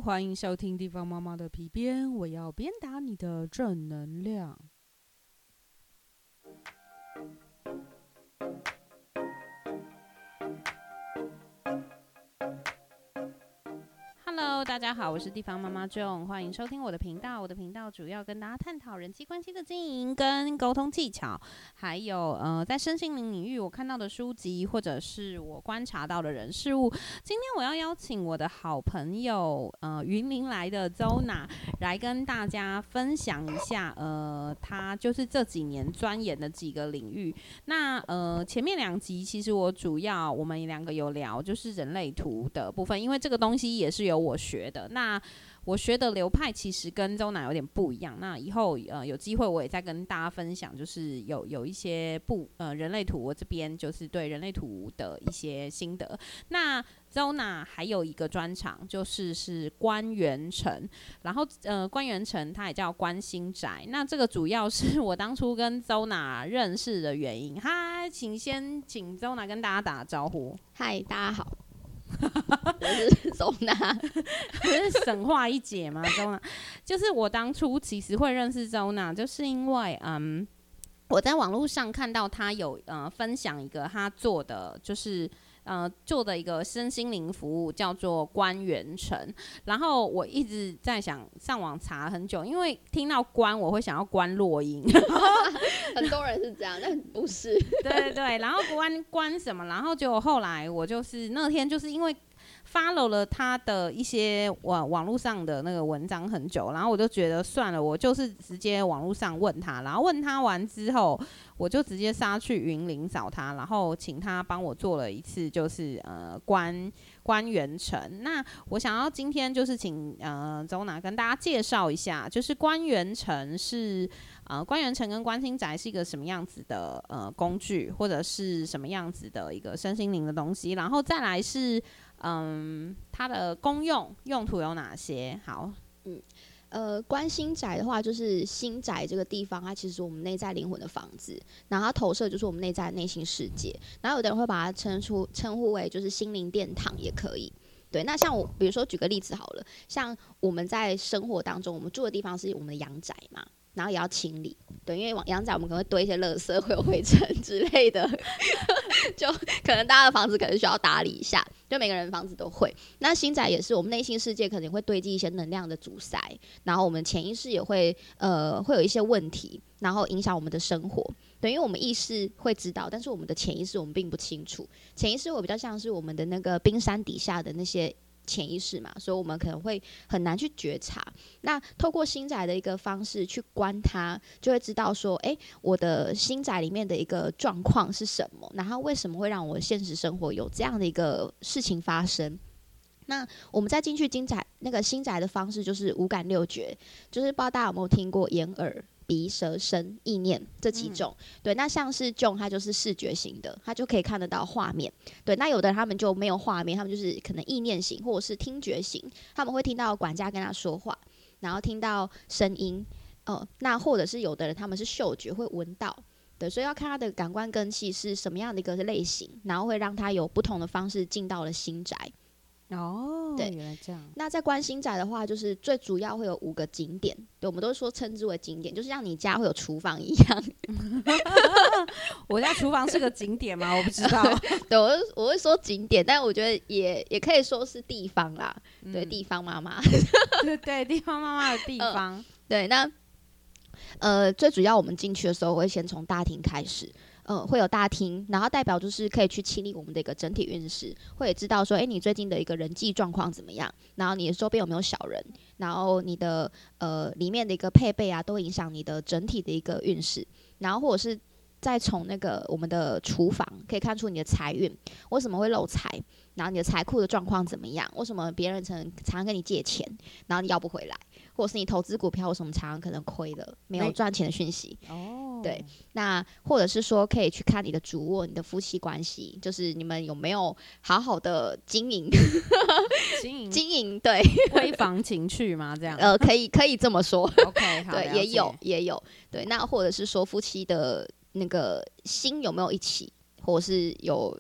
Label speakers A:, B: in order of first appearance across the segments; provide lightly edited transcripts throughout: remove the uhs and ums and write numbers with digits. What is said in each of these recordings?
A: 欢迎收听地方妈妈的皮鞭，我要鞭打你的正能量。Hello， 大家好，我是地方妈妈 Joan， 欢迎收听我的频道。我的频道主要跟大家探讨人际关系的经营跟沟通技巧，还有在身心灵领域我看到的书籍，或者是我观察到的人事物。今天我要邀请我的好朋友云林来的 Zona 来跟大家分享一下他就是这几年钻研的几个领域。那前面2集其实我们2个有聊就是人类图的部分，因为这个东西也是由我学的。那我学的流派其实跟周娜有点不一样。那以后有机会我也再跟大家分享，就是有一些人类图，我这边就是对人类图的一些心得。那周娜还有一个专长是关元城，然后关元城它也叫关心宅。那这个主要是我当初跟周娜认识的原因。嗨，请周娜跟大家打个招呼。
B: 嗨，大家好。我是周娜，
A: 不是省话一姐吗？周娜就是我当初其实会认识周娜，就是因为我在网络上看到她有分享一个她做的就是做的一个身心灵服务，叫做关元城。然后我一直在想上网查很久，因为听到关我会想要关落音。
B: 很多人是这样，但不是。
A: 对，然后关什么？然后结果后来我就是那天就是因为follow 了他的一些网络上的那个文章很久，然后我就觉得算了，我就是直接网络上问他，然后问他完之后，我就直接杀去云林找他，然后请他帮我做了一次就是关元城。那我想要今天就是请周娜跟大家介绍一下，就是关元城是关元城跟关心宅是一个什么样子的工具，或者是什么样子的一个身心灵的东西，然后再来是它的用途有哪些？好，
B: 关心宅的话，就是心宅这个地方，它其实是我们内在灵魂的房子，然后它投射就是我们内在的内心世界。然后有的人会把它称呼为就是心灵殿堂，也可以。对，那像我，比如说举个例子好了，像我们在生活当中，我们住的地方是我们的阳宅嘛，然后也要清理。对，因为阳宅我们可能会堆一些垃圾，会有灰尘之类的，就可能大家的房子可能需要打理一下，就每个人的房子都会。那心宅也是我们内心世界可能会堆积一些能量的阻塞，然后我们潜意识也会有一些问题，然后影响我们的生活。对，因为我们意识会知道，但是我们的潜意识我们并不清楚。潜意识会比较像是我们的那个冰山底下的那些潜意识嘛，所以我们可能会很难去觉察。那透过心宅的一个方式去观它，就会知道说，我的心宅里面的一个状况是什么，然后为什么会让我现实生活有这样的一个事情发生。那我们再进去那个心宅的方式就是五感六觉，就是不知道大家有没有听过眼耳鼻舌身意念这几种。对，那像是Joan它就是视觉型的，它就可以看得到画面。对，那有的人他们就没有画面，他们就是可能意念型或者是听觉型，他们会听到管家跟他说话，然后听到声音。那或者是有的人他们是嗅觉，会闻到。对，所以要看他的感官根器是什么样的一个类型，然后会让他有不同的方式进到了心宅。
A: 对，原来这样。
B: 那在关心宅的话，就是最主要会有5个景点，对，我们都称之为景点，就是像你家会有厨房一样。
A: 我家厨房是个景点吗？我不知道。
B: 对，我会说景点，但我觉得也可以说是地方啦。对，地方妈妈。
A: 对，地方妈妈的地方。
B: 对，那最主要我们进去的时候会先从大厅开始。会有大厅，然后代表就是可以去清理我们的一个整体运势，会知道说，你最近的一个人际状况怎么样，然后你的周边有没有小人，然后你的里面的一个配备啊，都影响你的整体的一个运势，然后或者是再从那个我们的厨房可以看出你的财运为什么会漏财，然后你的财库的状况怎么样，为什么别人常跟你借钱，然后你要不回来，或者是你投资股票为什么常常可能亏了，没有赚钱的讯息。对，那或者是说可以去看你的主卧，你的夫妻关系，就是你们有没有好好的经营经营，对，
A: 闺房情趣吗？这样
B: 可以这么说。
A: OK， 好，
B: 对，也有，对，那或者是说夫妻的那个心有没有一起，或者是有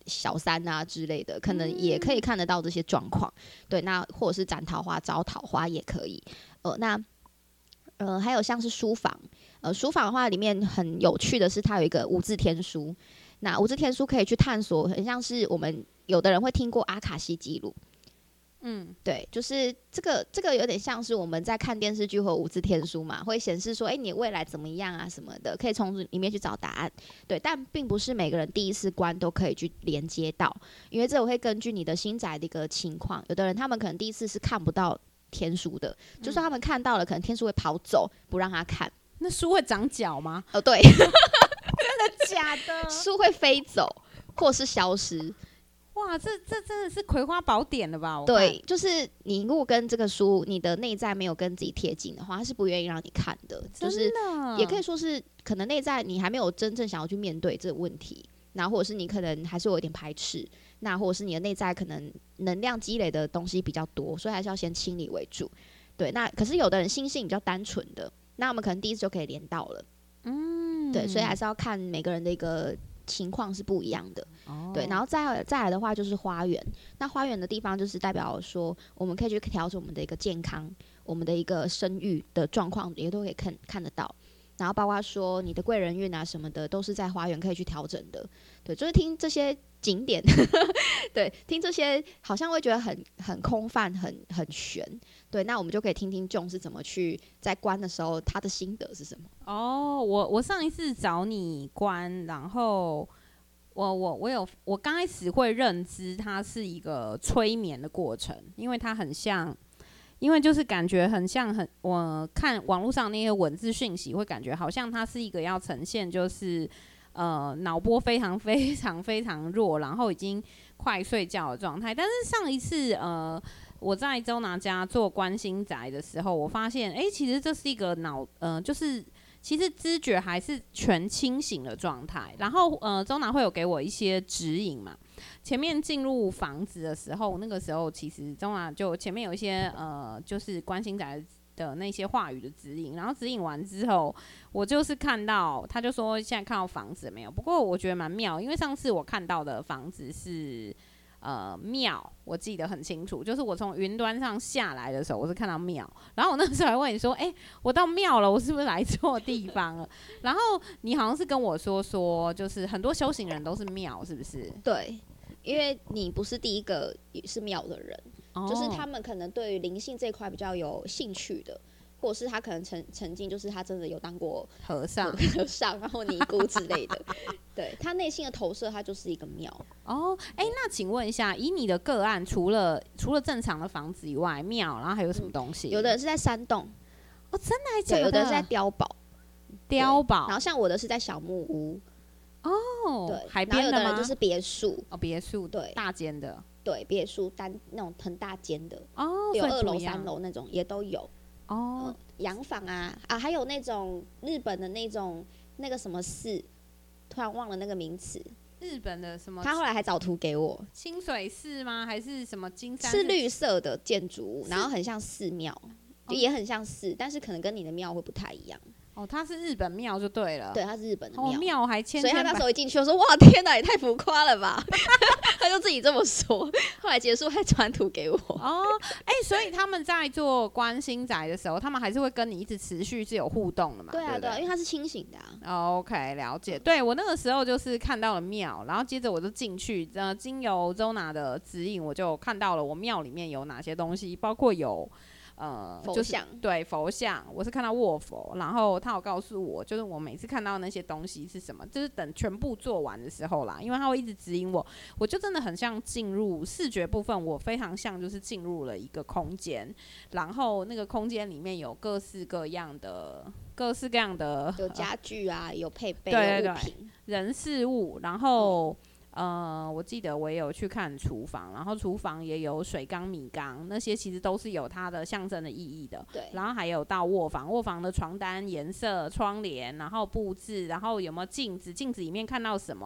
B: 小三啊之类的，可能也可以看得到这些状况。对，那或者是斩桃花、招桃花也可以。还有像是书房，书房的话里面很有趣的是，它有一个无字天书。那无字天书可以去探索，很像是我们有的人会听过阿卡西记录。对，就是这个有点像是我们在看电视剧或无字天书嘛，会显示说，你未来怎么样啊什么的，可以从里面去找答案。对，但并不是每个人第一次关都可以去连接到，因为这我会根据你的心宅的一个情况，有的人他们可能第一次是看不到天书的，就算他们看到了，可能天书会跑走，不让他看。
A: 那书会长脚吗？
B: 对，
A: 真的假的？
B: 书会飞走或是消失。
A: 哇，这真的是葵花宝典了吧？
B: 对，就是你如果跟这个书，你的内在没有跟自己贴近的话，他是不愿意让你看的。就是也可以说是，可能内在你还没有真正想要去面对这个问题，那或者是你可能还是有一点排斥，那或者是你的内在可能能量积累的东西比较多，所以还是要先清理为主。对，那可是有的人心性比较单纯的，那我们可能第一次就可以连到了。对，所以还是要看每个人的一个情况是不一样的。对，然后再来的话就是花园。那花园的地方就是代表说，我们可以去调整我们的一个健康，我们的一个生育的状况也都可以看得到。然后包括说你的贵人运啊什么的，都是在花园可以去调整的。对，就是听这些景点，对，听这些好像会觉得很空泛，很玄。对，那我们就可以听听 John 是怎么去在关的时候他的心得是什么。
A: 我上一次找你关，然后我刚开始会认知它是一个催眠的过程，因为它很像，因为就是感觉很像我看网络上那些文字讯息，会感觉好像它是一个要呈现就是脑波非常非常非常弱，然后已经快睡觉的状态。但是上一次我在周娜家做观心宅的时候，我发现其实这是一个就是其实知觉还是全清醒的状态。然后周娜会有给我一些指引嘛。前面进入房子的时候，那个时候其实周娜就前面有一些就是观心宅的那些话语的指引，然后指引完之后，我就是看到他就说现在看到房子没有？不过我觉得蛮妙，因为上次我看到的房子是庙，我记得很清楚，就是我从云端上下来的时候，我是看到庙，然后我那时候还问你说，我到庙了，我是不是来错地方了？然后你好像是跟我说，就是很多修行人都是庙，是不是？
B: 对，因为你不是第一个是庙的人，就是他们可能对于灵性这一块比较有兴趣的。或者是他可能曾经就是他真的有当过
A: 和尚，
B: 然后尼姑之类的，对他内心的投射，他就是一个庙。
A: 那请问一下，以你的个案，除了正常的房子以外，庙，然后还有什么东西？
B: 有的人是在山洞，
A: 真的还假的？
B: 有的人是在碉堡，然后像我的是在小木屋，对，
A: 海边的吗？
B: 然后有的人就是别墅，
A: 别墅，
B: 对，
A: 大间的，
B: 对，别墅那种很大间的，有
A: 2
B: 楼、3楼那种也都有。洋房啊，还有那种日本的那种那个什么寺，突然忘了那个名词。
A: 日本的什么？
B: 他后来还找图给我。
A: 清水寺吗？还是什么金山？
B: 是绿色的建筑物，然后很像寺庙，也很像寺，但是可能跟你的庙会不太一样。
A: 它是日本庙就对了。
B: 对，它是日本的庙。
A: 庙还千，
B: 所以他那时候一进去，我说：“哇，天哪，也太浮夸了吧！”他就自己这么说。后来结束还传图给我。
A: 所以他们在做观心宅的时候，他们还是会跟你一直持续是有互动的嘛？
B: 对啊，
A: 对，
B: 因为他是清醒的啊。
A: OK， 了解。对，我那个时候就是看到了庙，然后接着我就进去，经由周娜的指引，我就看到了我庙里面有哪些东西，包括有。
B: 佛像，
A: 对，佛像，我是看到卧佛，然后他有告诉我，就是我每次看到那些东西是什么，就是等全部做完的时候啦，因为他会一直指引我，我就真的很像进入视觉部分，我非常像就是进入了一个空间，然后那个空间里面有各式各样的
B: 有家具啊，有配备，
A: 对
B: 有物品，
A: 人事物，然后。我记得我也有去看厨房，然后厨房也有水缸、米缸，那些其实都是有它的象征的意义的。
B: 对。
A: 然后还有到卧房，卧房的床单颜色、窗帘，然后布置，然后有没有镜子，镜子里面看到什么，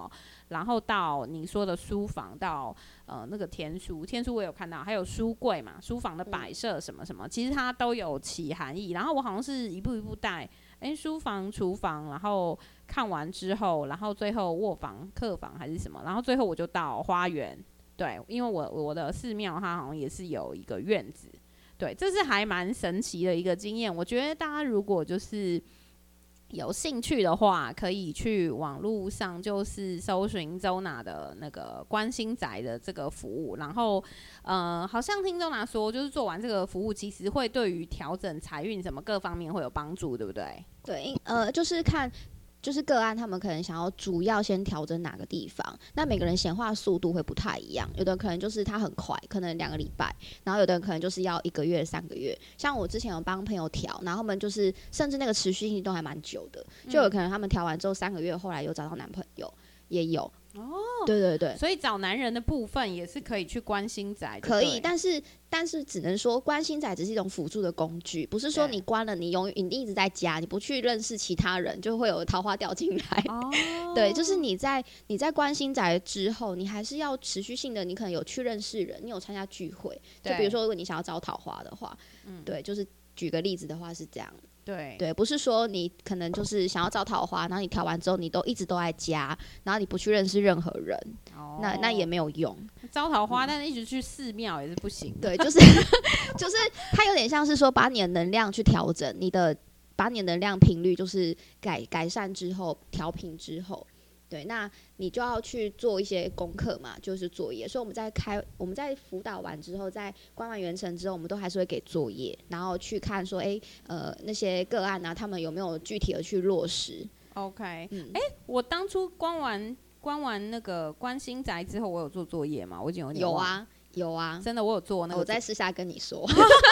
A: 然后到你说的书房，到那个天书我有看到，还有书柜嘛，书房的摆设什么什么，其实它都有其含义。然后我好像是一步一步带，书房、厨房，然后看完之后，然后最后卧房、客房还是什么，然后最后我就到花园。对，因为我的寺庙它好像也是有一个院子。对，这是还蛮神奇的一个经验。我觉得大家如果就是有兴趣的话，可以去网络上就是搜寻 Zona 的那个观星宅的这个服务，然后好像听 Zona 说，就是做完这个服务，其实会对于调整财运什么各方面会有帮助，对不对？
B: 对，就是看。就是个案，他们可能想要主要先调整哪个地方，那每个人显化速度会不太一样，有的可能就是他很快，可能2个礼拜，然后有的人可能就是要1个月、3个月。像我之前有帮朋友调，然后他们就是甚至那个持续性都还蛮久的，就有可能他们调完之后3个月，后来又找到男朋友，也有。对对对，
A: 所以找男人的部分也是可以去观星宅，
B: 可以，但是只能说观星宅只是一种辅助的工具，不是说你关了你一直在家，你不去认识其他人，就会有桃花掉进来。对，就是你在观星宅之后，你还是要持续性的，你可能有去认识人，你有参加聚会，就比如说如果你想要招桃花的话，对，就是举个例子的话是这样。对，不是说你可能就是想要招桃花，然后你调完之后你一直都在家，然后你不去认识任何人，那也没有用。
A: 招桃花，但是一直去寺庙也是不行的。
B: 对，就是它有点像是说把你的能量去调整，把你的能量频率就是改善之后调频之后。对，那你就要去做一些功课嘛，就是作业。所以我们在辅导完之后，在关完元辰之后，我们都还是会给作业，然后去看说，那些个案啊，他们有没有具体的去落实。
A: OK，我当初关完那个观星宅之后，我有做作业吗？我已经有点忘了。
B: 有啊，
A: 真的我有做那个。
B: 我在私下跟你说。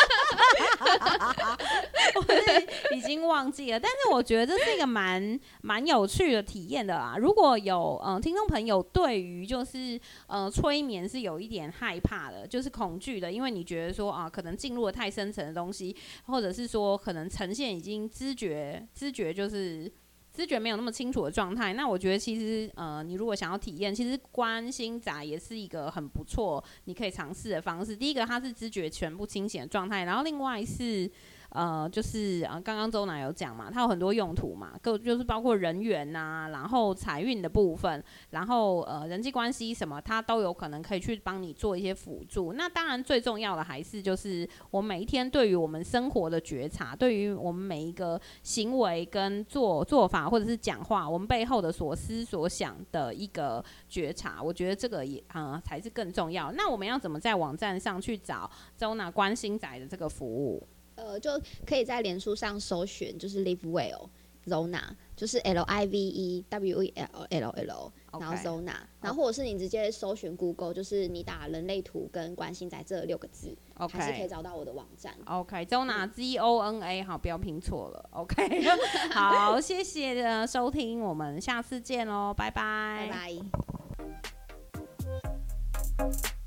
A: 我是已经忘记了，但是我觉得这是一个蛮有趣的体验的啦。如果有听众朋友对于就是催眠是有一点害怕的，就是恐惧的，因为你觉得说可能进入了太深层的东西，或者是说可能呈现已经知觉就是知觉没有那么清楚的状态，那我觉得其实你如果想要体验，其实观星宅也是一个很不错你可以尝试的方式。第一个它是知觉全部清醒的状态，然后另外是就是刚刚周奶有讲嘛，它有很多用途嘛，就是包括人员啊，然后财运的部分，然后人际关系什么，它都有可能可以去帮你做一些辅助。那当然最重要的还是就是我们每一天对于我们生活的觉察，对于我们每一个行为跟做法或者是讲话，我们背后的所思所想的一个觉察，我觉得这个也才是更重要。那我们要怎么在网站上去找Zona观星宅的这个服务？
B: 就可以在脸书上搜寻，就是 Live Well Zona， 就是 LIVEWELL， 然后 Zona， 然后或者是你直接搜寻 Google， 就是你打人类图跟观星宅这6个字，还是可以找到我的网站。
A: OK，Zona ZONA， 好，不要拼错了。OK， 好，谢谢收听，我们下次见喽，拜拜。
B: 拜拜。